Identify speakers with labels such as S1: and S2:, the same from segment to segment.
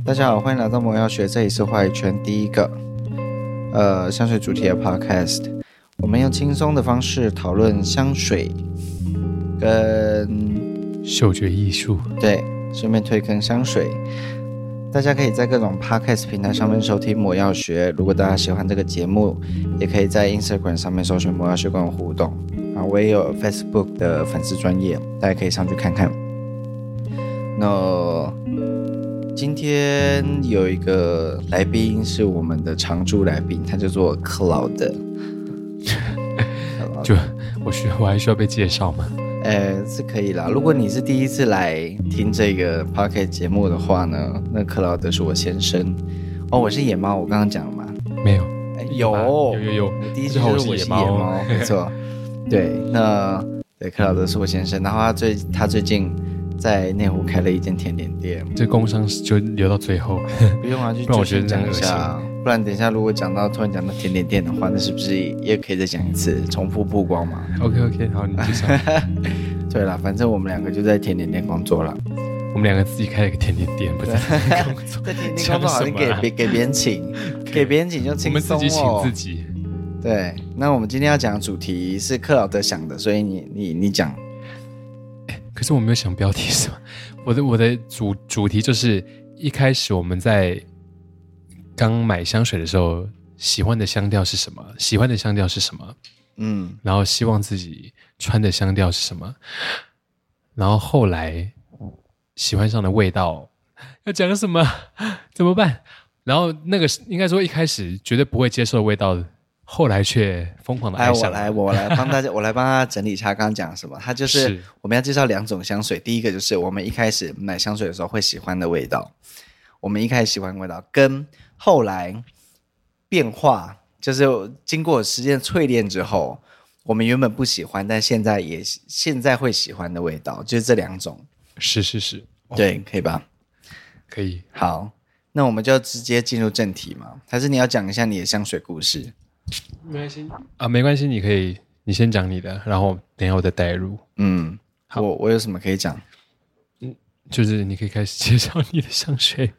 S1: 大家好，欢迎来到魔药学，这里是话语圈第一个香水主题的 podcast。我们用轻松的方式讨论香水跟
S2: 嗅觉艺术，
S1: 对，顺便推坑香水。大家可以在各种 podcast 平台上面收听魔药学。如果大家喜欢这个节目，也可以在 Instagram 上面搜寻魔药学跟我互动啊。我也有 Facebook 的粉丝专页，大家可以上去看看。那今天有一个来宾是我们的常驻来宾，他叫做 Cloud。
S2: 就我还需要被介绍吗？
S1: 是可以啦。如果你是第一次来听这个 podcast 节目的话呢，那 Cloud 是我先生。哦，我是野猫，我刚刚讲了吗？
S2: 没有，
S1: 有。第一次就是我是野猫，没错。对，那对 Cloud 是我先生，然后他最近在内湖开了一间甜点店。
S2: 这工商就留到最后，
S1: 不用啊，就先讲一下。不然等一下如果突然讲到甜点店的话，那是不是也可以再讲一次，重复曝光嘛
S2: ？OK， 好，你介绍。
S1: 对啦，反正我们两个就在甜点店工作了。
S2: 我们两个自己开了一个甜点店，不是工作。
S1: 在甜点店工作好像给别人请，给别人请就轻松哦。
S2: 我们自己请自己。
S1: 对，那我们今天要讲的主题是克劳德想的，所以你讲。
S2: 可是我没有想标题是吗？我的主题就是一开始我们在刚买香水的时候，喜欢的香调是什么？然后希望自己穿的香调是什么？然后后来喜欢上的味道要讲什么？怎么办？然后那个应该说一开始绝对不会接受的味道，后来却疯狂的爱上了。
S1: 我来帮大家，我来帮他整理一下刚刚讲什么。他就是我们要介绍两种香水，第一个就是我们一开始买香水的时候会喜欢的味道，我们一开始喜欢的味道跟后来变化，就是经过时间淬炼之后，我们原本不喜欢，但现在会喜欢的味道，就是这两种。
S2: 是，
S1: 对，可以吧？
S2: 可以。
S1: 好，那我们就直接进入正题嘛？还是你要讲一下你的香水故事？
S2: 没关系啊，没关系，你先讲你的，然后等一下我再带入。
S1: 好，我有什么可以讲？
S2: 就是你可以开始介绍你的香水。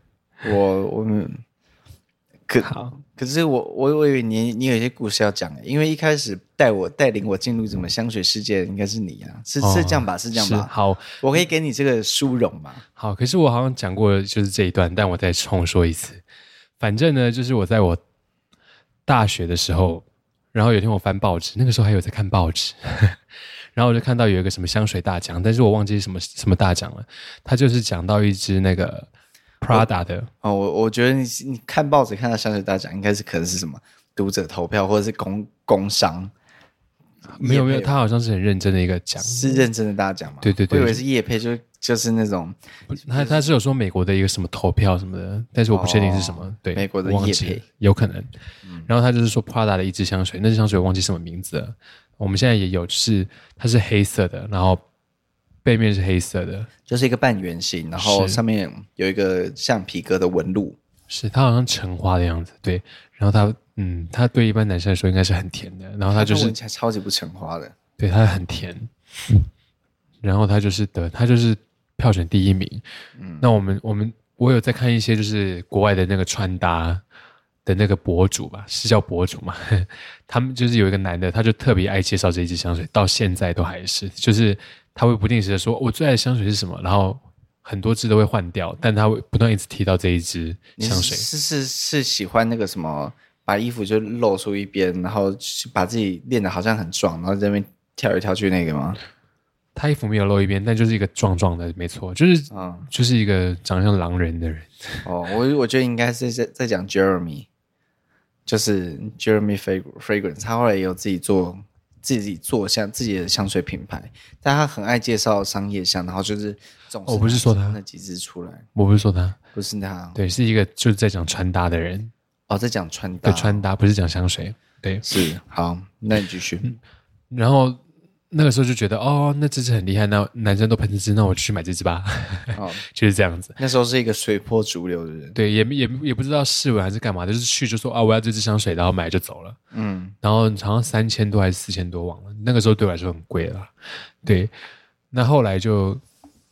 S2: 可是我以为你有一些故事要讲，因为一开始带领我进入什么香水世界应该是你啊，是这样吧？是这样吧？ 好，
S1: 我可以给你这个殊荣嘛？
S2: 好，可是我好像讲过就是这一段，但我再重说一次。反正呢，就是我在我大学的时候，然后有一天我翻报纸，那个时候还有在看报纸，然后我就看到有一个什么香水大奖，但是我忘记什么大奖了。他就是讲到一支那个 Prada 的
S1: 我觉得你看报纸看到香水大奖，应该是可能是什么读者投票或者是工商。
S2: 没有，他好像是很认真的一个奖，
S1: 是认真的大奖吗？
S2: 对，
S1: 我以为是业配，就是那种，
S2: 他是有说美国的一个什么投票什么的，但是我不确定是什么。对，
S1: 美国的业配
S2: 有可能。然后他就是说 Prada 的一支香水，那支香水我忘记什么名字了。我们现在也有，就是它是黑色的，然后背面是黑色的，
S1: 就是一个半圆形，然后上面有一个像皮革的纹路。
S2: 是它好像橙花的样子，对。然后它对一般男生来说应该是很甜的，然后它就是
S1: 闻起来超级不橙花的，
S2: 对，它很甜。然后它就是票选第一名。那我有在看一些就是国外的那个穿搭的那个博主吧，是叫博主嘛？他们就是有一个男的，他就特别爱介绍这一支香水，到现在都还是，就是他会不定时的说我最爱的香水是什么，然后很多支都会换掉，但他会不断一直提到这一支香水。
S1: 是喜欢那个什么，把衣服就露出一边，然后把自己练得好像很壮，然后在那边跳来跳去那个吗？
S2: 他衣服没有露一边，但就是一个壮壮的，没错，就是一个长相狼人的人。
S1: 我觉得应该是在讲 Jeremy， 就是 Jeremy Fragrance， 他后来也有自己做像自己的香水品牌，但他很爱介绍商业香，然后就是总是
S2: 我不是说他
S1: 那几支出来，
S2: 我不是说他，
S1: 不是他，
S2: 对，是一个就是在讲穿搭的人。
S1: 在讲穿搭，
S2: 对，穿搭不是讲香水，对，
S1: 是。好，那你继续。
S2: 然后那个时候就觉得那这支很厉害，那男生都喷这支，那我就去买这支吧。就是这样子。
S1: 那时候是一个随波逐流的人，
S2: 对，也不知道试闻还是干嘛的，就是去就说我要这支香水，然后买就走了。然后好像3000多还是4000多忘了，那个时候对我来说很贵了。对，那后来就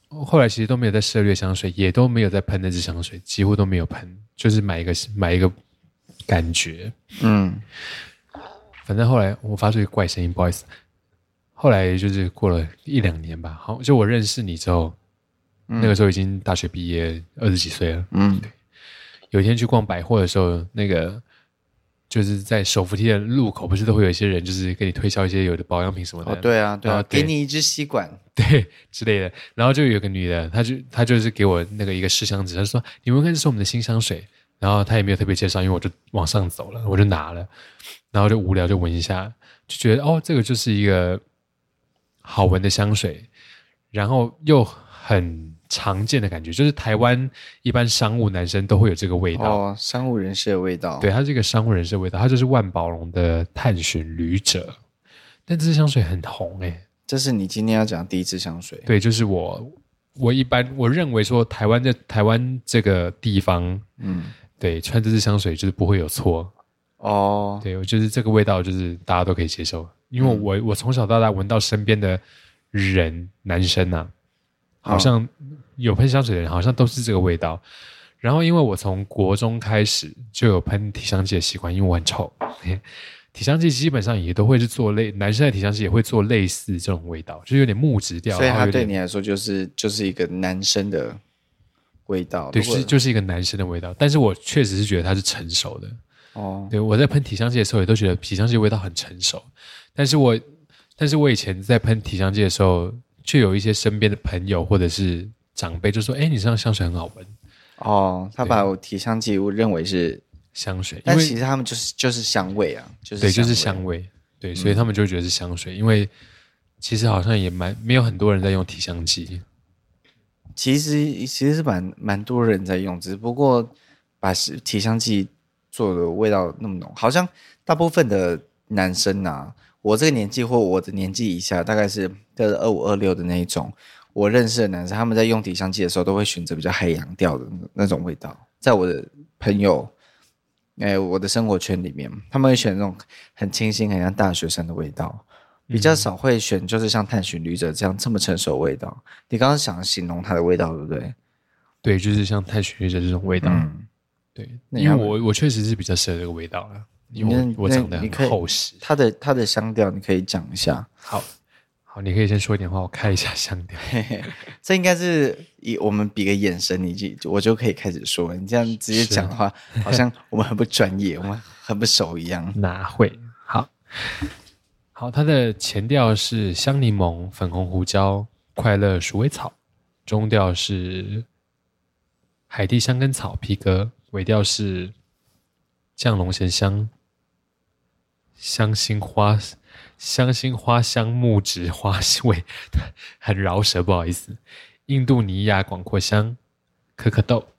S2: 后来其实都没有在涉猎香水，也都没有在喷那支香水，几乎都没有喷，就是买一个感觉。反正后来我发出一个怪声音，不好意思。后来就是过了1-2年吧，好，就我认识你之后，那个时候已经大学毕业，20几岁了。对。有一天去逛百货的时候，那个就是在手扶梯的路口，不是都会有一些人就是给你推销一些有的保养品什么的。
S1: 对啊，给你一支吸管，
S2: 对之类的。然后就有个女的，她就是给我那个一个试香纸，她说：“你闻看，这是我们的新香水。”然后她也没有特别介绍，因为我就往上走了，我就拿了，然后就无聊就闻一下，就觉得这个就是一个好闻的香水，然后又很常见的感觉，就是台湾一般商务男生都会有这个味道。
S1: 商务人士的味道。
S2: 对，它是一个商务人士的味道，它就是万宝龙的探寻旅者。但这支香水很红
S1: 这是你今天要讲的第一支香水。
S2: 对，就是我一般我认为说台湾这个地方，对，穿这支香水就是不会有错。对，我就是这个味道就是大家都可以接受，因为我从小到大闻到身边的人，男生啊，好像有喷香水的人好像都是这个味道。然后因为我从国中开始就有喷体香剂的习惯，因为我很臭。体香剂基本上也都会是做男生的体香剂也会做类似这种味道，就是有点木质调，
S1: 所以它对你来说就是一个男生的味道。
S2: 对，就是一个男生的味道。但是我确实是觉得它是成熟的。对，我在喷体香剂的时候也都觉得体香剂的味道很成熟。但是我以前在喷体香剂的时候，就有一些身边的朋友或者是长辈就说：“你身上香水很好闻。”
S1: 他把我体香剂我认为是
S2: 香水，
S1: 但其实他们就是香味啊，
S2: 对，就是香味。对，所以他们就觉得是香水，因为其实好像也没有很多人在用体香剂。
S1: 其实是蛮多人在用，只不过把体香剂做的味道那么浓，好像大部分的男生啊，我这个年纪或我的年纪以下，大概是25、26的那一种，我认识的男生，他们在用体香剂的时候，都会选择比较海洋调的那种味道。在我的朋友，我的生活圈里面，他们会选那种很清新、很像大学生的味道，比较少会选就是像探寻旅者这么成熟的味道。你刚刚想形容它的味道，对不对？
S2: 对，就是像探寻旅者这种味道。对，因为我确实是比较适合这个味道了，因为我长得很厚实。
S1: 它的香调你可以讲一下。
S2: 好，你可以先说一点话，我开一下香调。
S1: 这应该是我们比个眼神，我就可以开始说。你这样直接讲的话，好像我们很不专业，我们很不熟一样。
S2: 哪会？好，它的前调是香柠檬、粉红胡椒、快乐鼠尾草，中调是海地香根草、皮革，尾调是降龙涎香、香辛花香木质花味，很饶舌，不好意思。印度尼亚广藿香、可可豆。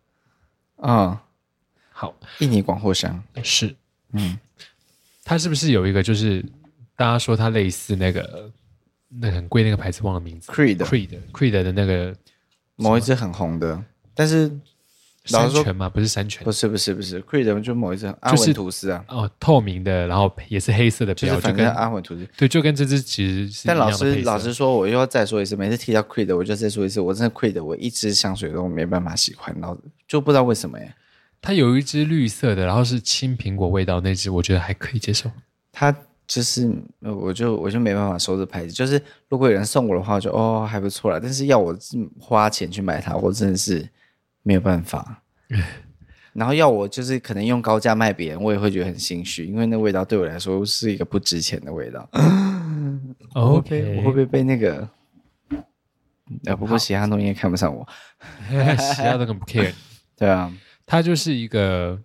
S2: 好，
S1: 印尼广藿香
S2: 是，它是不是有一个就是大家说它类似那个很贵那个牌子忘了名字 ，Creed 的那个
S1: 某一支很红的，但是
S2: 山泉吗？不是山泉，
S1: 不是 Creed 就某一支阿文图斯啊，
S2: 透明的，然后也是黑色的标，
S1: 就是反正阿文图斯，
S2: 对，就跟这支其实是一样的配色。
S1: 但老实说，我又要再说一次，每次提到 Creed， 我就再说一次，我真的 Creed， 我一支香水都没办法喜欢，然后就不知道为什么耶。
S2: 它有一支绿色的，然后是青苹果味道，那支我觉得还可以接受。
S1: 它就是我就没办法收这牌子，就是如果有人送我的话，我就还不错啦。但是要我花钱去买它，我真的是没有办法。然后要我就是可能用高价卖别人，我也会觉得很心虚，因为那味道对我来说是一个不值钱的味道。
S2: OK，
S1: 我会不会被那个？不过其他东西也看不上我，
S2: 其他都很不 care。
S1: 对啊。
S2: 它就是一个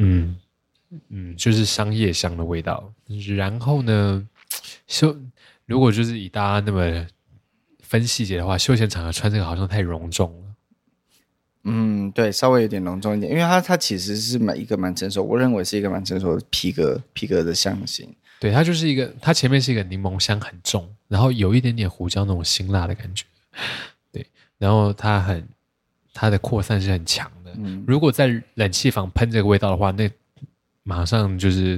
S2: 就是商业香的味道。然后呢，如果就是以大家那么分细节的话，休闲场合穿这个好像太隆重了。
S1: 对，稍微有点隆重一点，因为它其实是一个蛮成熟，我认为是一个蛮成熟的皮革的香型。
S2: 对，它就是它前面是一个柠檬香很重，然后有一点点胡椒那种辛辣的感觉。对，然后它的扩散是很强的。如果在冷气房喷这个味道的话，那马上就是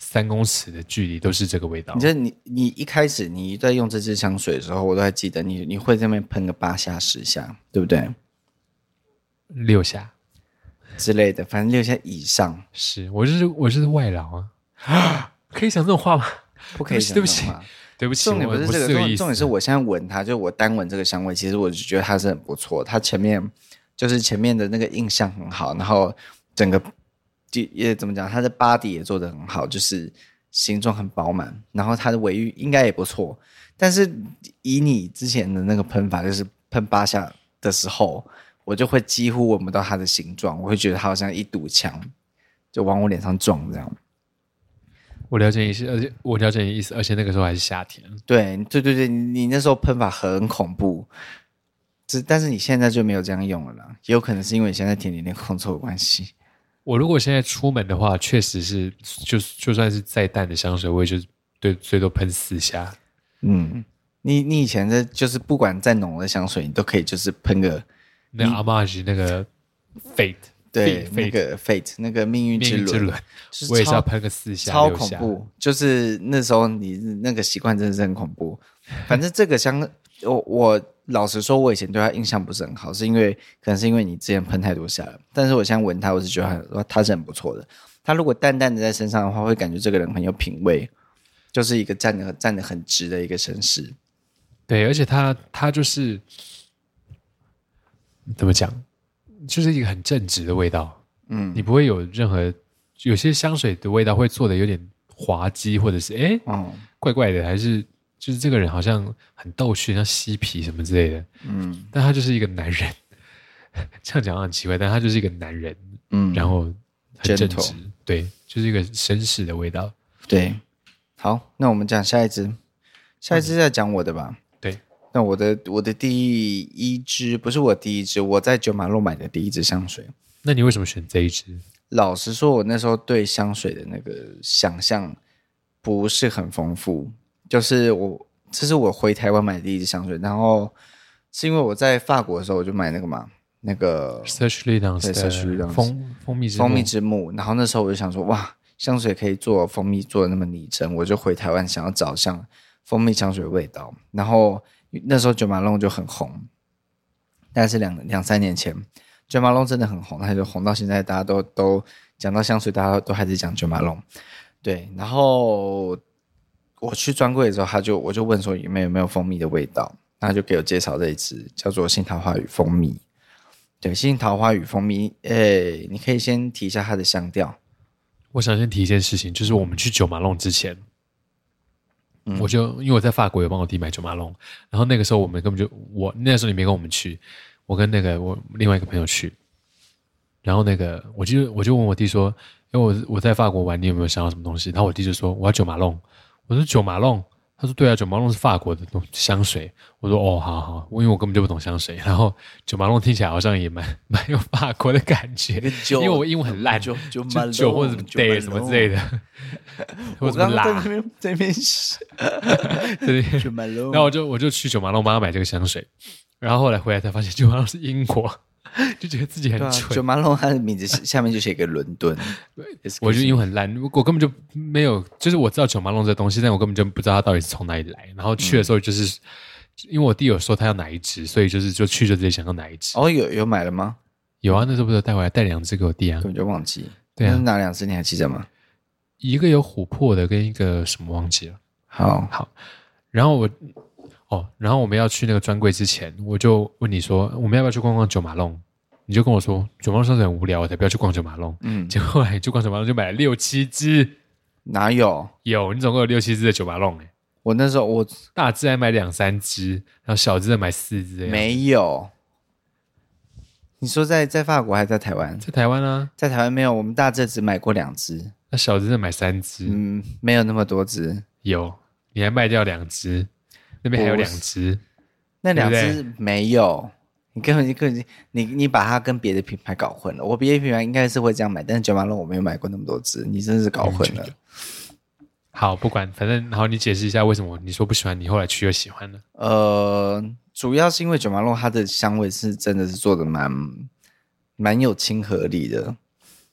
S2: 3公尺的距离都是这个味道。
S1: 你一开始你在用这支香水的时候，我都还记得你会在那边喷个8下10下，对不对
S2: ？6下
S1: 之类的，反正6下以上。
S2: 是我就是外劳啊！可以讲这种话吗？
S1: 不可以讲
S2: 这种话。对不起，
S1: 重点不是这个
S2: 意思。
S1: 重点是我现在闻它，就我单闻这个香味，其实我就觉得它是很不错。它前面的那个印象很好，然后整个也怎么讲，它的 body 也做得很好，就是形状很饱满，然后它的尾韵应该也不错。但是以你之前的那个喷法，就是喷8下的时候，我就会几乎闻不到它的形状，我会觉得它好像一堵墙，就往我脸上撞这样。
S2: 我了解你意思，而且那个时候还是夏天。
S1: 对，你那时候喷法很恐怖，但是你现在就没有这样用了啦，也有可能是因为你现在天天工作的关系。
S2: 我如果现在出门的话，确实是就算是再淡的香水，我也就对最多喷4下。
S1: 你以前就是不管再浓的香水，你都可以就是喷个
S2: 那个 Amage 那个 Fate。
S1: 对，那个 Fate 那个命运之轮，
S2: 我也是要喷个4下，
S1: 超恐怖。就是那时候你那个习惯真的是很恐怖。反正这个香，我老实说，我以前对它印象不是很好，可能是因为你之前喷太多下了。但是我现在闻它，我是觉得它是很不错的。它如果淡淡的在身上的话，会感觉这个人很有品味，就是一个站得很直的一个绅士。
S2: 对，而且它就是怎么讲？就是一个很正直的味道，你不会有任何有些香水的味道会做的有点滑稽，或者是怪怪的，还是就是这个人好像很逗趣，像嬉皮什么之类的，但他就是一个男人，这样讲很奇怪，但他就是一个男人，然后很正直，对，就是一个绅士的味道，
S1: 对。好，那我们讲下一支再讲我的吧。那我的第一支不是我第一支，我在九马路买的第一支香水。
S2: 那你为什么选这一支？
S1: 老实说，我那时候对香水的那个想象不是很丰富，就是这是我回台湾买的第一支香水，然后是因为我在法国的时候我就买那个嘛，那个
S2: Serge Lutens 的蜂蜜之墓，
S1: 然后那时候我就想说，哇，香水可以做蜂蜜做的那么拟真，我就回台湾想要找像蜂蜜香水的味道，然后那时候九马龙就很红，大概是2-3年前，九马龙真的很红，它就红到现在，大家都讲到香水，大家都还是讲九马龙。对，然后我去专柜的时候，我就问说有没有蜂蜜的味道，他就给我介绍这一支叫做杏桃花与蜂蜜。对，杏桃花与蜂蜜，你可以先提一下它的香调。
S2: 我想先提一件事情，就是我们去九马龙之前。因为我在法国有帮我弟买九马龙，然后那个时候我们根本就那时候你没跟我们去，我跟我另外一个朋友去，然后我就问我弟说，因为我在法国玩，你有没有想要什么东西？然后我弟就说我要九马龙，我说九马龙，他说对啊，九马龙是法国的香水，我说哦好好，因为我根本就不懂香水，然后九马龙听起来好像也蛮有法国的感觉，因为我英文很烂，酒或者什么 day 什么之类的。
S1: 我刚刚在那边
S2: 然后我就去九马龙帮他买这个香水，然后后来回来才发现九马龙是英国，就觉得自己很蠢。
S1: 九马龙它的名字下面就写一个伦敦，
S2: 我就英文很烂，我根本就没有，就是我知道九马龙这东西，但我根本就不知道它到底是从哪里来。然后去的时候就是因为我弟有说他要哪一支，所以就去就直接想要哪一支。
S1: 哦，有买了吗？
S2: 有啊，那时候不是带2支给我弟啊，
S1: 根本就忘记。
S2: 对啊，
S1: 哪2支你还记得吗？
S2: 一个有琥珀的，跟一个什么忘记了。
S1: 好，
S2: 然后我们要去那个专柜之前，我就问你说我们要不要去逛逛九马龙？你就跟我说九马龙香水很无聊，我才不要去逛九马龙。结果后来就逛九马龙就买了6-7支。
S1: 哪有？
S2: 有，你总共有6-7支的九马龙欸。
S1: 我那时候
S2: 大支还买2-3支，然后小支再买4支。
S1: 没有。你说在法国还是在台湾？
S2: 在台湾啊，
S1: 在台湾没有，我们大致只买过2支，
S2: 那小支再买3支。
S1: 没有那么多支。
S2: 有，你还卖掉2支，那边还有2支，
S1: 那2支没有，你根本你把它跟别的品牌搞混了。我别的品牌应该是会这样买，但是九马龙我没有买过那么多支，你真的是搞混了。
S2: 好，不管，反正然后你解释一下为什么你说不喜欢，你后来去又喜欢了。
S1: 主要是因为九马龙它的香味是真的是做的蛮有亲和力的，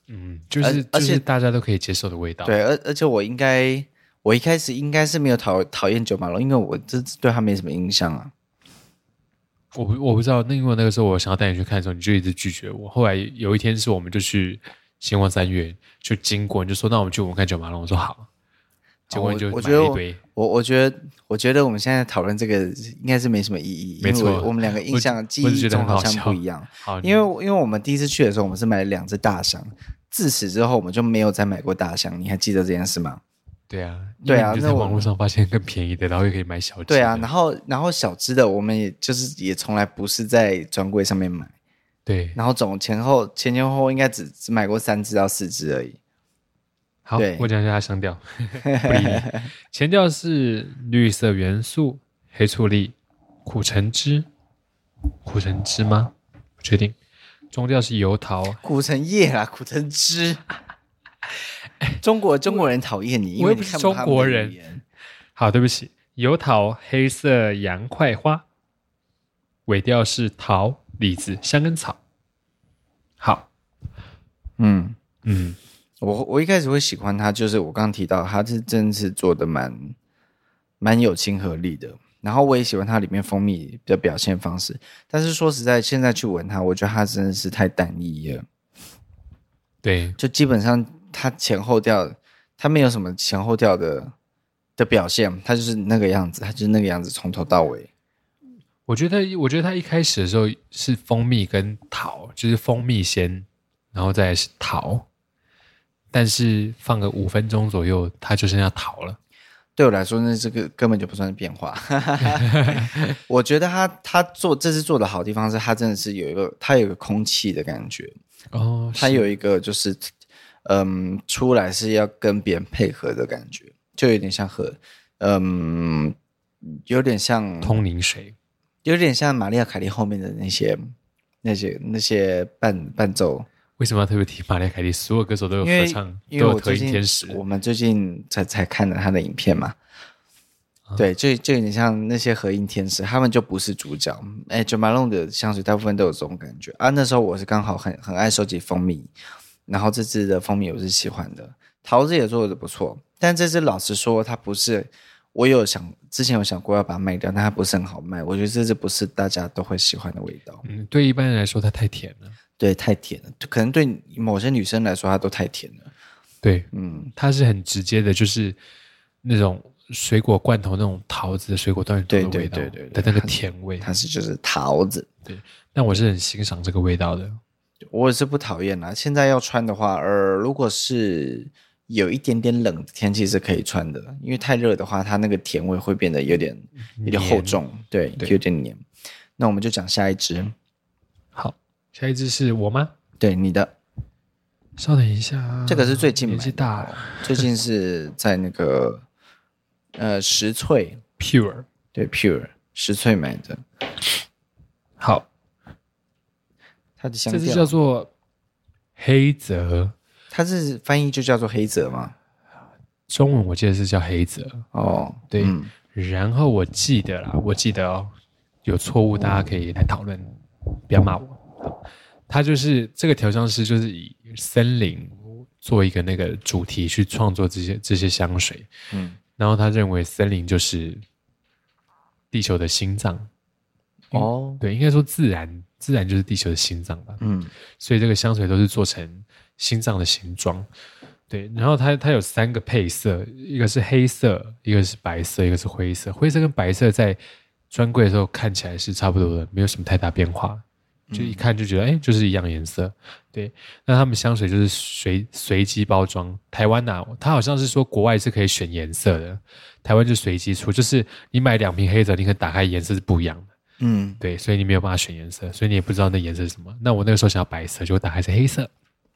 S2: 就是大家都可以接受的味道。
S1: 对，而且我一开始应该是没有讨厌九马龙，因为我这对他没什么印象啊。
S2: 我不知道，因为那个时候我想要带你去看的时候，你就一直拒绝我。后来有一天是我们就去星光三月，就经过你就说那我们去闻看九马龙，我说好。结果你就买了一堆。
S1: 我觉得我们现在讨论这个应该是没什么意义，
S2: 没错，
S1: 因为我们两个印象记忆中好像不一样。因为我们第一次去的时候，我们是买了2只大箱，自此之后我们就没有再买过大箱。你还记得这件事吗？
S2: 对啊，你就在网络上发现更便宜的，然后又可以买小只的。
S1: 对啊，然后小只的我们也从来不是在专柜上面买。
S2: 对，
S1: 然后前后应该只买过3只到4只而已。
S2: 好，我讲一下它香调。不理你。前调是绿色元素、黑醋栗、苦橙汁吗？不确定。中调是油桃、
S1: 苦橙叶啦，苦橙汁。中国人讨厌你，因为你看不
S2: 中国人。好，对不起。油桃、黑色洋桧花，尾调是桃、李子、香根草。好，
S1: 我一开始会喜欢它，就是我刚刚提到，它是真的是做的蛮有亲和力的。然后我也喜欢它里面蜂蜜的表现方式，但是说实在，现在去闻它，我觉得它真的是太单一了。
S2: 对，
S1: 就基本上它前后调，它没有什么前后调的表现，它就是那个样子，它就是那个样子，从头到尾。
S2: 我觉得它一开始的时候是蜂蜜跟桃，就是蜂蜜先，然后再来是桃，但是放个5分钟左右，它就剩下桃了。
S1: 对我来说，那这个根本就不算是变化。我觉得他这次做的好的地方是，他真的是有一个空气的感觉哦，他有一个就是出来是要跟别人配合的感觉，就有点像有点像
S2: 通灵水，
S1: 有点像玛丽亚凯莉后面的那些伴奏。
S2: 为什么要特别提玛丽亚凯莉？所有歌手都有合唱，
S1: 因为
S2: 都有合音天使。
S1: 我们最近才看了他的影片嘛，对，就有点像那些合音天使，他们就不是主角。Jo Malone 的香水大部分都有这种感觉啊。那时候我是刚好很爱收集蜂蜜，然后这支的蜂蜜我是喜欢的，桃子也做的不错，但这支老实说，它不是之前有想过要把它卖掉，但它不是很好卖。我觉得这支不是大家都会喜欢的味道。
S2: 对一般人来说，它太甜了。
S1: 对，太甜了，可能对某些女生来说，它都太甜了。
S2: 对，它是很直接的，就是那种水果罐头那种桃子的水果罐头的味道，对的那个甜味，
S1: 它是就是桃子。
S2: 对，但我是很欣赏这个味道的。
S1: 我也是不讨厌啦。现在要穿的话，如果是有一点点冷的天气是可以穿的，因为太热的话，它那个甜味会变得有点厚重，对，有点黏。那我们就讲下一支。
S2: 好。下一支是我吗？
S1: 对，你的。
S2: 稍等一下，
S1: 这个是最近买的，
S2: 年纪大了，
S1: 最近是在那个石萃
S2: Pure，
S1: 对 Pure 石萃买的。
S2: 好，
S1: 它的香调
S2: 这支叫做黑泽，
S1: 它是翻译就叫做黑泽吗？
S2: 中文我记得是叫黑泽
S1: 哦，
S2: 对。然后我记得哦，有错误大家可以来讨论，不要骂我。他就是这个调香师，就是以森林做一个那个主题去创作这些香水。然后他认为森林就是地球的心脏。哦，对，应该说自然就是地球的心脏吧。所以这个香水都是做成心脏的形状。对，然后它有3个配色，一个是黑色，一个是白色，一个是灰色。灰色跟白色在专柜的时候看起来是差不多的，没有什么太大变化。就一看就觉得就是一样颜色。对，那他们香水就是随机包装。台湾它好像是说国外是可以选颜色的，台湾就随机出，就是你买2瓶黑色，你可能打开颜色是不一样的。对，所以你没有办法选颜色，所以你也不知道那颜色是什么。那我那个时候想要白色，就打开是黑色。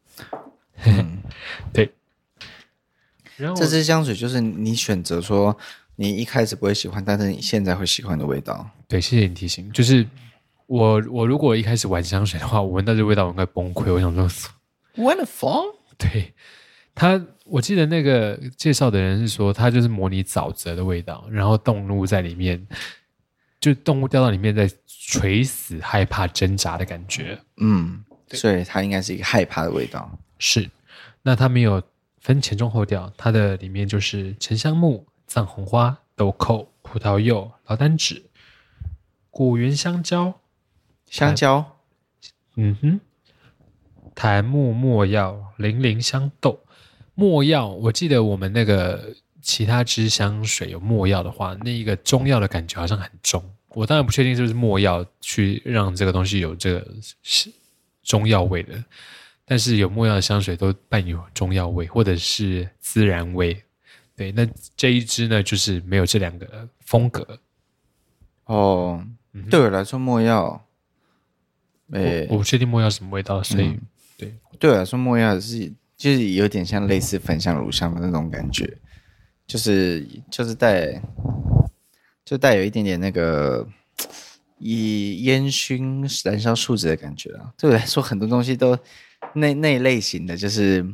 S2: 对。然后
S1: 这支香水就是你选择说你一开始不会喜欢，但是你现在会喜欢的味道。
S2: 对，谢谢你提醒，就是我如果一开始玩香水的话，我闻到这味道我应该崩溃。我想说
S1: What the fuck？
S2: 对，我记得那个介绍的人是说，他就是模拟沼泽的味道，然后动物在里面，就动物掉到里面在垂死害怕挣扎的感觉。
S1: 所以它应该是一个害怕的味道。
S2: 是，那它没有分前中后调，它的里面就是沉香木、藏红花、豆蔻、葡萄柚、劳丹脂、果园香蕉、檀木没药、零陵香豆。没药，我记得我们那个其他支香水有没药的话，那一个中药的感觉好像很重。我当然不确定是不是没药去让这个东西有这个中药味的，但是有没药的香水都伴有中药味或者是孜然味。对，那这一支呢，就是没有这两个风格。
S1: 对我来说没药，
S2: 我不确定没药什么味道，所以
S1: 对我来说没药就是有点像类似粉香乳香的那种感觉，就是带有一点点那个以烟熏燃烧树脂的感觉啊。对我来说，很多东西都那类型的，就是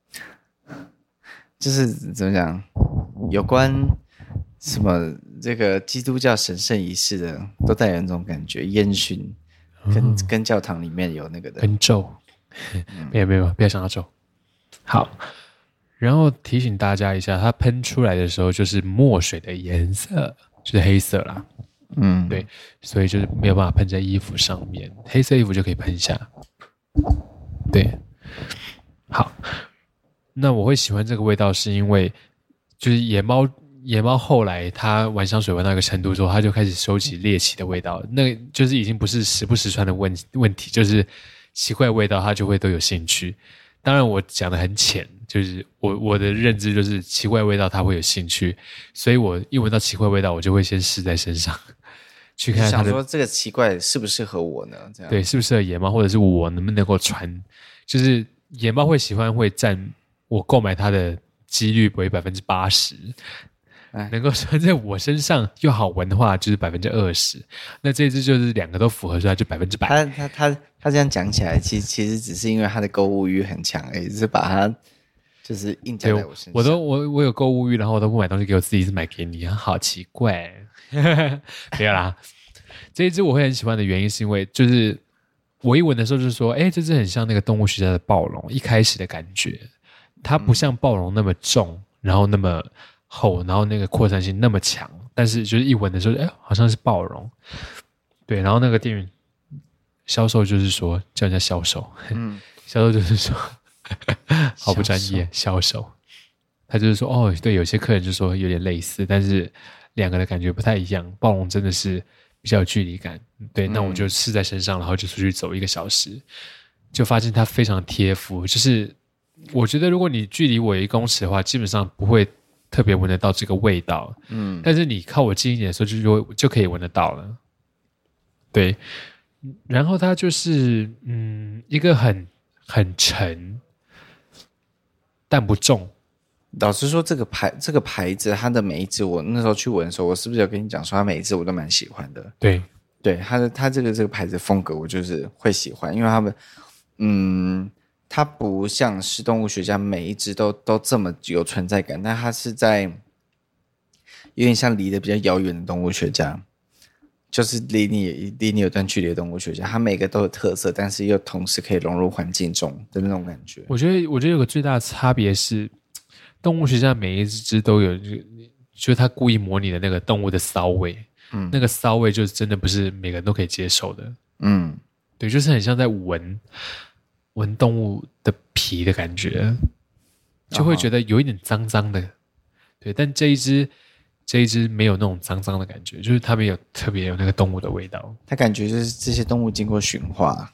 S1: 怎么讲，有关什么这个基督教神圣仪式的，都带有那种感觉，烟熏跟教堂里面有那个的，
S2: 跟咒，没有，不要想到咒。好，然后提醒大家一下，它喷出来的时候就是墨水的颜色，就是黑色啦。对，所以就是没有办法喷在衣服上面，黑色衣服就可以喷一下。对，好，那我会喜欢这个味道，是因为就是野猫后来它玩香水玩到一个程度之后，它就开始收集猎奇的味道，那就是已经不是时不时穿的问题，就是奇怪的味道它就会都有兴趣。当然我讲的很浅，就是我的认知就是奇怪的味道它会有兴趣，所以我一闻到奇怪的味道，我就会先试在身上，去看它的，
S1: 想说这个奇怪适不适合我呢？这样
S2: 对，适不适合野猫，或者是我能不能够穿，就是野猫会喜欢，会占我购买它的几率为80%。能够穿在我身上又好闻的话，就是20%。那这支就是两个都符合，所以它就100%。
S1: 他这样讲起来，其实只是因为他的购物欲很强而已，只是把它就是硬加在我身上。
S2: 我有购物欲，然后我都不买东西给我自己，是买给你，好奇怪。没有啦，这一支我会很喜欢的原因是因为就是我一闻的时候就是说，这支很像那个动物学家的暴龙，一开始的感觉，它不像暴龙那么重，然后那么厚，然后那个扩散性那么强，但是就是一闻的时候，好像是暴龙。对，然后那个店员销售就是说叫人家销售，销售就是说好不专业，销售。他就是说对，有些客人就说有点类似，但是两个的感觉不太一样。暴龙真的是比较有距离感，对，那我就试在身上，然后就出去走1个小时，就发现它非常贴肤。就是我觉得如果你距离我1公尺的话，基本上不会特别闻得到这个味道，但是你靠我近一点的时候就可以闻得到了。对，然后它就是一个很沉但不重。
S1: 老实说，这个牌子，它的每一支，我那时候去闻的时候，我是不是有跟你讲说，它每一支我都蛮喜欢的？
S2: 对，
S1: 它这个牌子风格，我就是会喜欢，因为他们，它不像是动物学家每一支都这么有存在感，但它是在有点像离得比较遥远的动物学家，就是离你有段距离的动物学家，它每个都有特色，但是又同时可以融入环境中的那种感觉。
S2: 我觉得有个最大的差别是，动物学家每一只都有，就是他故意模拟的那个动物的骚味，那个骚味就是真的不是每个人都可以接受的，对，就是很像在闻动物的皮的感觉，就会觉得有一点脏脏的，对，但这一只没有那种脏脏的感觉，就是它没有特别有那个动物的味道，
S1: 它感觉就是这些动物经过驯化，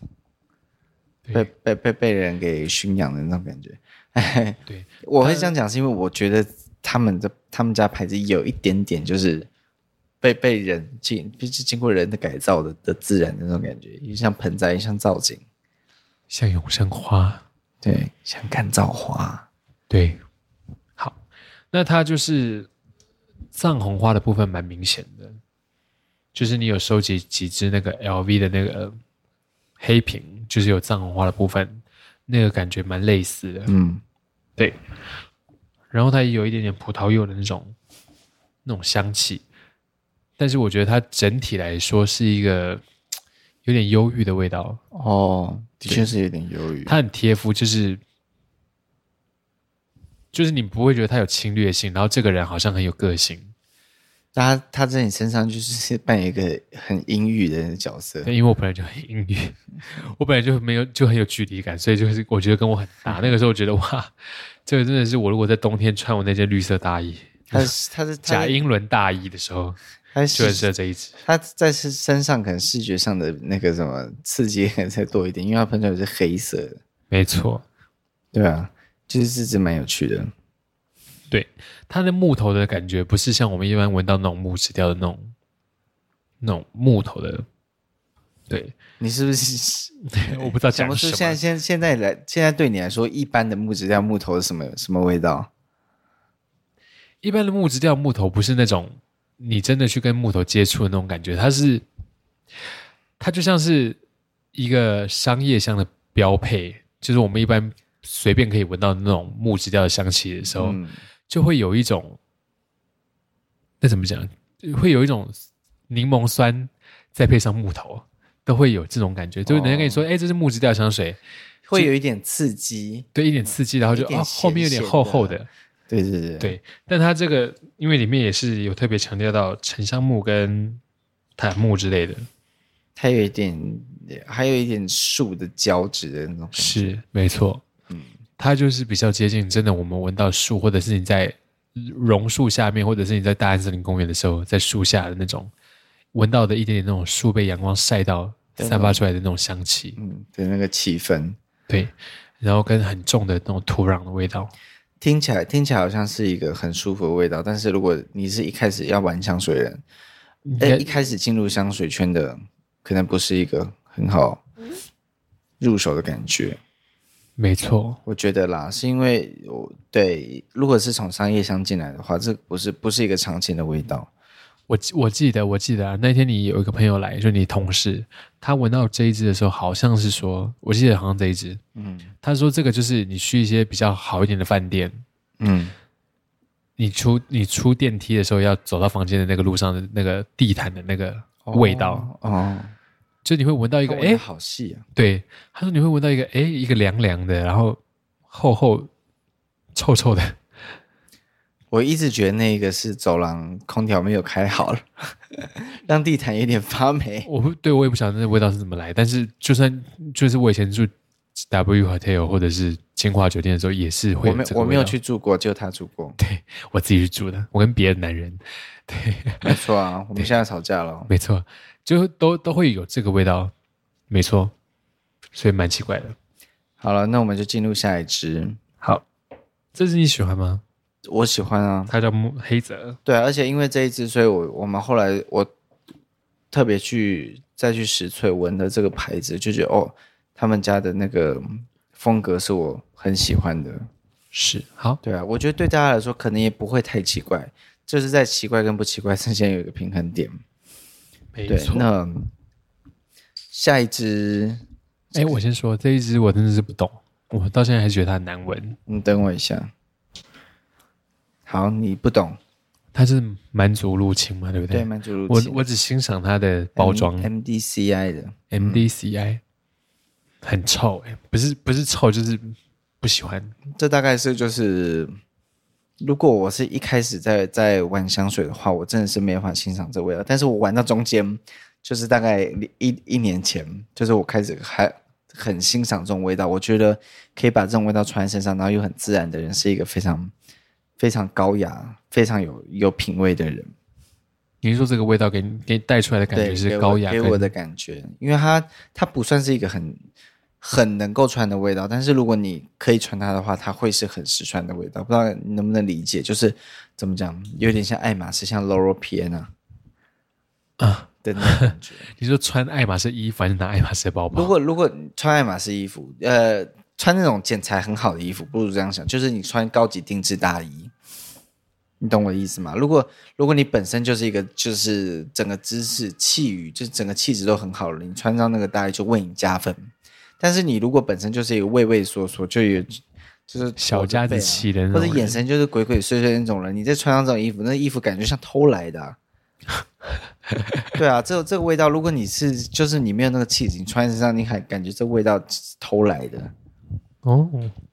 S1: 被人给驯养的那种感觉。
S2: 对，
S1: 我会这样讲是因为我觉得他们家牌子有一点点就是被人经过人的改造的自然的那种感觉，像盆栽，像造景，
S2: 像永生花，
S1: 对，像干燥花，
S2: 对。好，那它就是藏红花的部分蛮明显的，就是你有收集几支那个 LV 的那个黑瓶，就是有藏红花的部分，那个感觉蛮类似的，对。然后它也有一点点葡萄柚的那种香气，但是我觉得它整体来说是一个有点忧郁的味道。
S1: 的确是有点忧郁。
S2: 它很贴肤，就是就是你不会觉得他有侵略性，然后这个人好像很有个性。
S1: 他在你身上就是扮演一个很阴郁的角色，
S2: 因为我本来就很阴郁，我本来就很有距离感，所以就是我觉得跟我很搭。那个时候我觉得哇，这个真的是我如果在冬天穿我那件绿色大衣，他是假英伦大衣的时候，就很适合这一只。
S1: 他在身上可能视觉上的那个什么刺激可能再多一点，因为他喷出来是黑色的。
S2: 没错，
S1: 对啊，就是这只蛮有趣的。
S2: 对，它的木头的感觉不是像我们一般闻到那种木质调的那种木头的。对，
S1: 你是不是
S2: 我不知道讲什么。
S1: 现在对你来说，一般的木质调木头是什么味道？
S2: 一般的木质调木头不是那种你真的去跟木头接触的那种感觉，它就像是一个商业香的标配，就是我们一般随便可以闻到那种木质调的香气的时候。就会有一种，那怎么讲？会有一种柠檬酸，再配上木头，都会有这种感觉。就是人家跟你说，这是木质调香水，
S1: 会有一点刺激，
S2: 对，一点刺激，然后就后面有点厚厚的，
S1: 对。
S2: 但它这个因为里面也是有特别强调到沉香木跟檀木之类的，
S1: 还有一点树的胶质的那种感觉，
S2: 是没错。它就是比较接近真的我们闻到树，或者是你在榕树下面，或者是你在大安森林公园的时候，在树下的那种闻到的一点点那种树被阳光晒到散发出来的那种香气，
S1: 对，那个气氛，
S2: 对，然后跟很重的那种土壤的味道，
S1: 听起来好像是一个很舒服的味道，但是如果你是一开始要玩香水的人，一开始进入香水圈的，可能不是一个很好入手的感觉。
S2: 没错，
S1: 我觉得啦，是因为对，如果是从商业香进来的话，这不是一个常青的味道。
S2: 我记得啊，那天你有一个朋友来，就你同事，他闻到这一支的时候，好像是说，我记得好像这一支，他说这个就是你去一些比较好一点的饭店，你出电梯的时候要走到房间的那个路上的那个地毯的那个味道就你会闻到一个
S1: 好细啊！
S2: 对，他说你会闻到一个凉凉的，然后厚臭臭的。
S1: 我一直觉得那个是走廊空调没有开好了，让地毯有点发霉。
S2: 我也不晓得那味道是怎么来，但是就是我以前住 W Hotel 或者是清华酒店的时候，也是会有这个味道。
S1: 我没有去住过，就他住过。
S2: 对，我自己去住的，我跟别的男人。对，
S1: 没错啊，我们现在吵架了。
S2: 没错。就都会有这个味道，没错，所以蛮奇怪的。
S1: 好了，那我们就进入下一支。
S2: 好，这支你喜欢吗？
S1: 我喜欢啊，
S2: 它叫黑泽。
S1: 对啊，而且因为这一支，所以我们后来我特别再去实萃闻的这个牌子，就觉得他们家的那个风格是我很喜欢的。
S2: 是，好，
S1: 对啊，我觉得对大家来说可能也不会太奇怪，就是在奇怪跟不奇怪之间有一个平衡点。
S2: 没错，
S1: 那下一支，
S2: 我先说这一支我真的是不懂，我到现在还觉得它很难闻。
S1: 你等我一下。好，你不懂，
S2: 它是蛮族入侵嘛，对不对？
S1: 对，蛮族入侵。
S2: 我只欣赏它的包装
S1: ，MDCI 的
S2: MDCI，很臭不是臭就是不喜欢。
S1: 这大概是就是。如果我是一开始在玩香水的话，我真的是没办法欣赏这味道。但是我玩到中间，就是大概一年前，就是我开始还很欣赏这种味道。我觉得可以把这种味道穿在身上，然后又很自然的人，是一个非常非常高雅、非常有品味的人。
S2: 你是说这个味道给你带出来的感觉是高雅？
S1: 给我的感觉，因为它不算是一个很能够穿的味道，但是如果你可以穿它的话，它会是很实穿的味道。不知道你能不能理解？就是怎么讲，有点像爱马仕，像 Loro Piana 的那种感觉。
S2: 你说穿爱马仕衣服还是拿爱马仕的包包？
S1: 如果你穿爱马仕衣服，穿那种剪裁很好的衣服，不如这样想，就是你穿高级定制大衣，你懂我的意思吗？如果你本身就是一个就是整个姿势气宇，就是整个气质都很好了，你穿上那个大衣就为你加分。但是你如果本身就是一个畏畏缩缩，就是
S2: 小家子气的那种人，
S1: 或者眼神就是鬼鬼祟祟的那种人，你再穿上这种衣服，那衣服感觉像偷来的对啊，这个味道，如果你就是你没有那个气质，你穿在身上，你还感觉这味道是偷来的。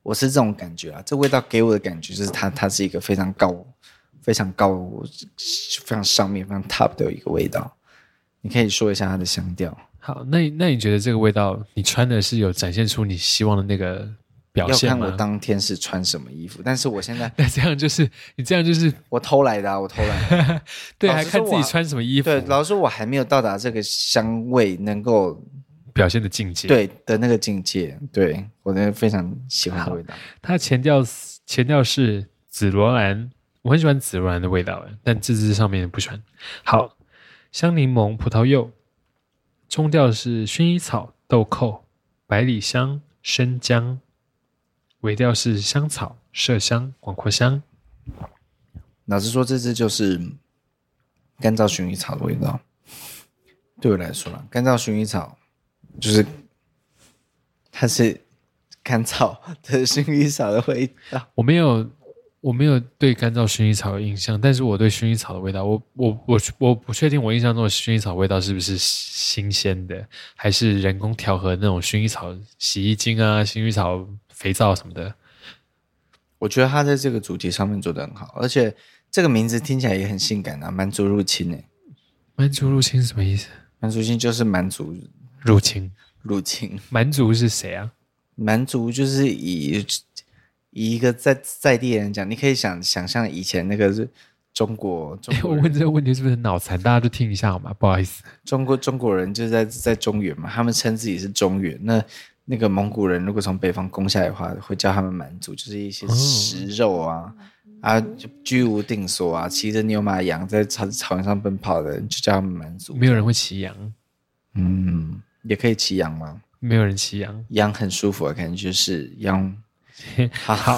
S1: 我是这种感觉啊。这味道给我的感觉就是它是一个非常高、非常上面、非常 top 的一个味道。你可以说一下它的香调。
S2: 好，那你觉得这个味道，你穿的是有展现出你希望的那个表现吗？
S1: 要看我当天是穿什么衣服，但是我现在
S2: 那这样就是
S1: 我偷来的啊，我偷来的。
S2: 对，还看自己穿什么衣服。
S1: 对，老实说，我还没有到达这个香味能够
S2: 表现的境界，
S1: 对的那个境界。对，我真的非常喜欢的味道。
S2: 它前调是紫罗兰，我很喜欢紫罗兰的味道，但字字上面不喜欢。好，香柠檬、葡萄柚，中调是薰衣草、豆蔻、百里香、生姜，尾调是香草、麝香、广藿香。
S1: 老实说，这支就是干燥薰衣草的味道。对我来说啦，干燥薰衣草就是它是干燥的薰衣草的味道。
S2: 我没有对干燥薰衣草有印象，但是我对薰衣草的味道，我不确定我印象中的薰衣草味道是不是新鲜的，还是人工调和那种薰衣草洗衣精啊、薰衣草肥皂什么的。
S1: 我觉得它在这个主题上面做得很好，而且这个名字听起来也很性感啊，蛮族入侵诶。
S2: 蛮族入侵是什么意思？
S1: 蛮族入侵就是蛮族
S2: 入侵。
S1: 蛮
S2: 族是谁啊？
S1: 蛮族就是以一个在地人讲，你可以想象以前那个是中国
S2: 我问这个问题是不是很脑残？大家就听一下好吗？不好意思，
S1: 中国人就是在中原嘛，他们称自己是中原。那个蒙古人如果从北方攻下来的话，会叫他们蛮族，就是一些食肉啊。就居无定所啊，骑着牛马羊在草原上奔跑的人就叫他们蛮族。
S2: 没有人会骑羊。
S1: 也可以骑羊吗？
S2: 没有人骑羊，
S1: 羊很舒服的感觉，就是羊。好，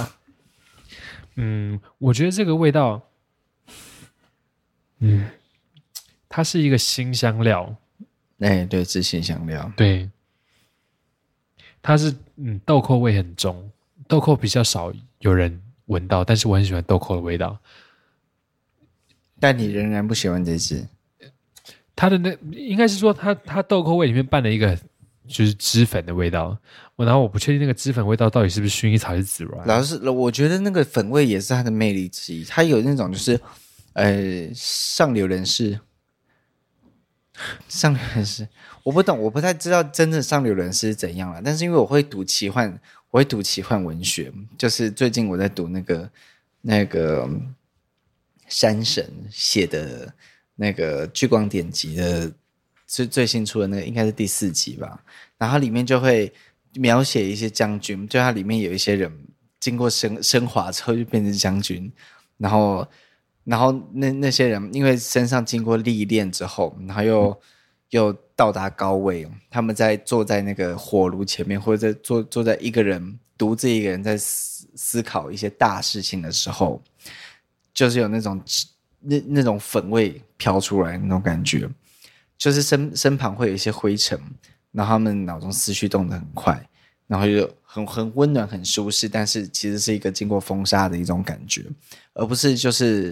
S2: 我觉得这个味道，它是一个辛香料。
S1: 对，是辛香料。
S2: 对，它是豆蔻味很重，豆蔻比较少有人闻到，但是我很喜欢豆蔻的味道。
S1: 但你仍然不喜欢这支？
S2: 它的应该是说它豆蔻味里面拌了一个就是脂粉的味道，然后我不确定那个脂粉味道到底是不是薰衣草还是紫罗兰。
S1: 老师，我觉得那个粉味也是它的魅力之一，它有那种就是上流人士，我不懂，我不太知道真正上流人士是怎样了。但是因为我会读奇幻文学，就是最近我在读那个山神写的那个《聚光典籍》的最新出的那个，应该是第4集吧。然后它里面就会描写一些将军，就它里面有一些人经过升华之后就变成将军，然后那些人因为身上经过历练之后，然后又到达高位，他们坐在那个火炉前面，或者坐在独自一个人在思考一些大事情的时候，就是有那种粉味飘出来那种感觉，就是身旁会有一些灰尘，然后他们脑中思绪动得很快，然后就很温暖很舒适，但是其实是一个经过风沙的一种感觉，而不是就是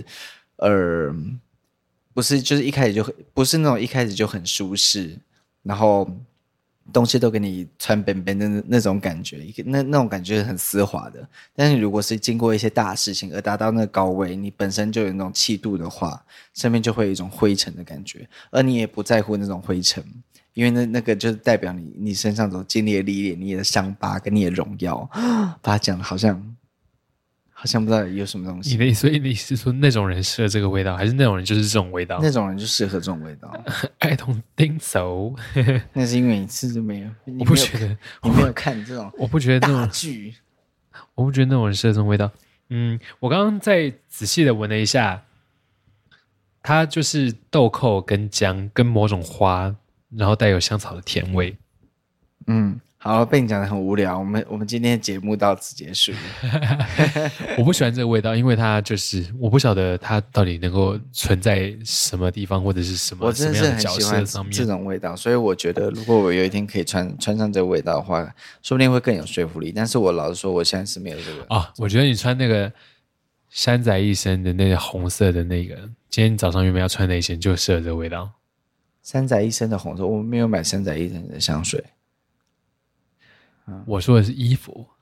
S1: 不是就是不是那种一开始就很舒适，然后东西都给你穿本本的那种感觉，那种感觉很丝滑的。但是如果是经过一些大事情而达到那个高位，你本身就有那种气度的话，身边就会有一种灰尘的感觉，而你也不在乎那种灰尘，因为那个就是代表你身上所经历的历练，你的伤疤跟你的荣耀，把它讲的好像不知道有什么东西。
S2: 所以你是说那种人适合这个味道，还是那种人就是这种味道？
S1: 那种人就适合这种味道。
S2: I don't think so
S1: 那是因为你吃就没有，
S2: 我不觉得
S1: 你没有看这种，
S2: 我不觉得那种
S1: 大剧，
S2: 我不觉得那种人适合这种味道。我刚刚再仔细的闻了一下，它就是豆蔻跟姜跟某种花，然后带有香草的甜味。
S1: 好，被你讲得很无聊，我们今天的节目到此结束。
S2: 我不喜欢这个味道，因为它就是我不晓得它到底能够存在什么地方，或者是什么
S1: 我真的是很喜欢
S2: 上面
S1: 这种味道，所以我觉得如果我有一天可以穿上这个味道的话，说不定会更有说服力。但是我老实说，我现在是没有这个
S2: 啊。我觉得你穿那个山仔一生的那个红色的那个，今天早上原本要穿那件，就适合这个味道。
S1: 山仔一生的红色，我没有买山仔一生的香水。
S2: 我说的是衣服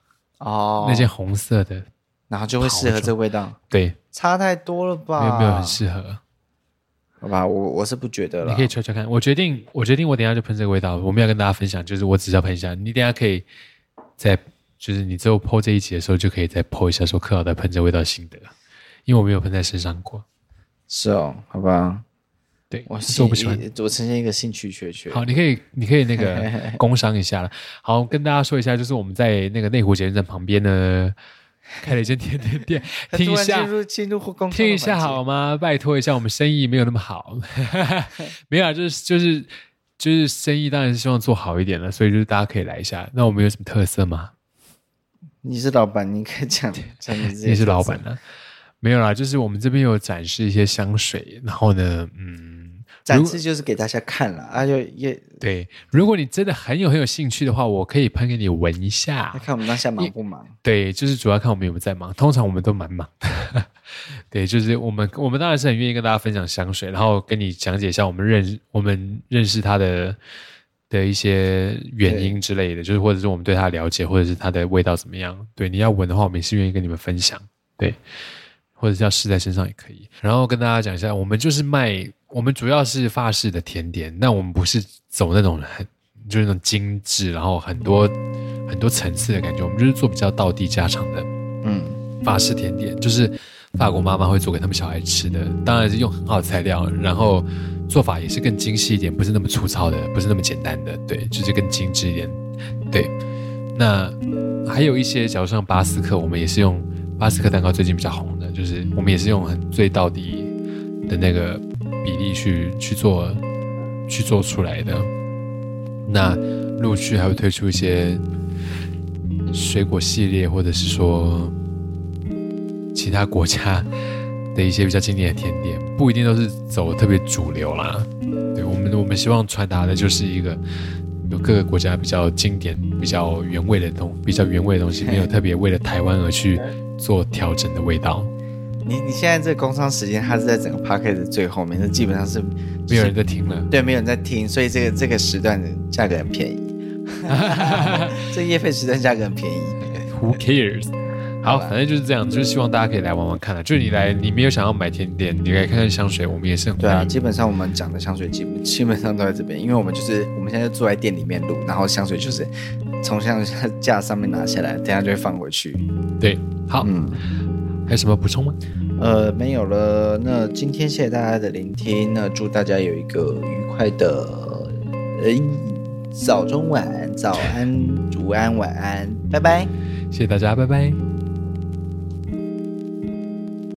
S1: 哦，
S2: 那件红色的，
S1: 然后就会适合这味道。
S2: 对，
S1: 差太多了吧？
S2: 没有很适合。
S1: 好吧，我是不觉得了。
S2: 你可以吹吹看。我决定我等一下就喷这个味道。我们要跟大家分享，就是我只是要喷一下。你等一下可以再，就是你之后 po 这一集的时候，就可以再 po 一下说克劳德喷这味道的心得，因为我没有喷在身上过。
S1: 是哦，好吧。
S2: 对，
S1: 我
S2: 不喜欢，
S1: 我呈现一个兴趣缺缺。
S2: 好，你可以那个工商一下了。好，跟大家说一下，就是我们在那个内湖捷运站旁边呢，开了一间甜点店，听一下，听一下好吗？拜托一下，我们生意没有那么好，没有啊，就是生意当然是希望做好一点了，所以就是大家可以来一下。那我们有什么特色吗？
S1: 你是老板，你可以讲
S2: 你是老板呢、没有啦，就是我们这边有展示一些香水，然后呢，
S1: 展示就是给大家看啦，啊，也
S2: 对。如果你真的很有兴趣的话，我可以喷给你闻一下，
S1: 要看我们当下忙不忙。
S2: 对，就是主要看我们有没有在忙，通常我们都蛮忙的。对，就是我们当然是很愿意跟大家分享香水，然后跟你讲解一下我们认识它的一些原因之类的，就是或者是我们对它的了解，或者是它的味道怎么样。对，你要闻的话，我们也是愿意跟你们分享。对。或者是要试在身上也可以，然后跟大家讲一下，我们主要是法式的甜点，那我们不是走那种就是那种精致，然后很多层次的感觉，我们就是做比较道地家常的，法式甜点，就是法国妈妈会做给他们小孩吃的，当然是用很好的材料，然后做法也是更精细一点，不是那么粗糙的，不是那么简单的，对，就是更精致一点，对。那还有一些，假如像巴斯克，我们也是用巴斯克蛋糕，最近比较红的，就是我们也是用最道地的那个比例去做出来的。那陆续还会推出一些水果系列，或者是说其他国家的一些比较经典的甜点，不一定都是走特别主流啦。对，我们希望传达的就是一个有各个国家比较经典、比较原味的东西，没有特别为了台湾而去做调整的味道。
S1: 你现在这个工商时间，它是在整个 podcast 的最后面，这基本上是
S2: 没有人在听了。
S1: 对，没有人在听，所以这个时段的价格很便宜。这业配时段价格很便宜。
S2: Who cares？ 好，反正就是这样，就是希望大家可以来玩玩看啦。就是你没有想要买甜点，你来看看香水，我们也是很欢迎。
S1: 对啊，基本上我们讲的香水基本上都在这边，因为我们现在就坐在店里面录，然后香水就是从香水架上面拿下来，等一下就会放回去。
S2: 对，好，还有什么补充吗？
S1: 没有了。那今天谢谢大家的聆听，那祝大家有一个愉快的早中晚、早安、午安、晚安，拜拜。
S2: 谢谢大家，拜拜。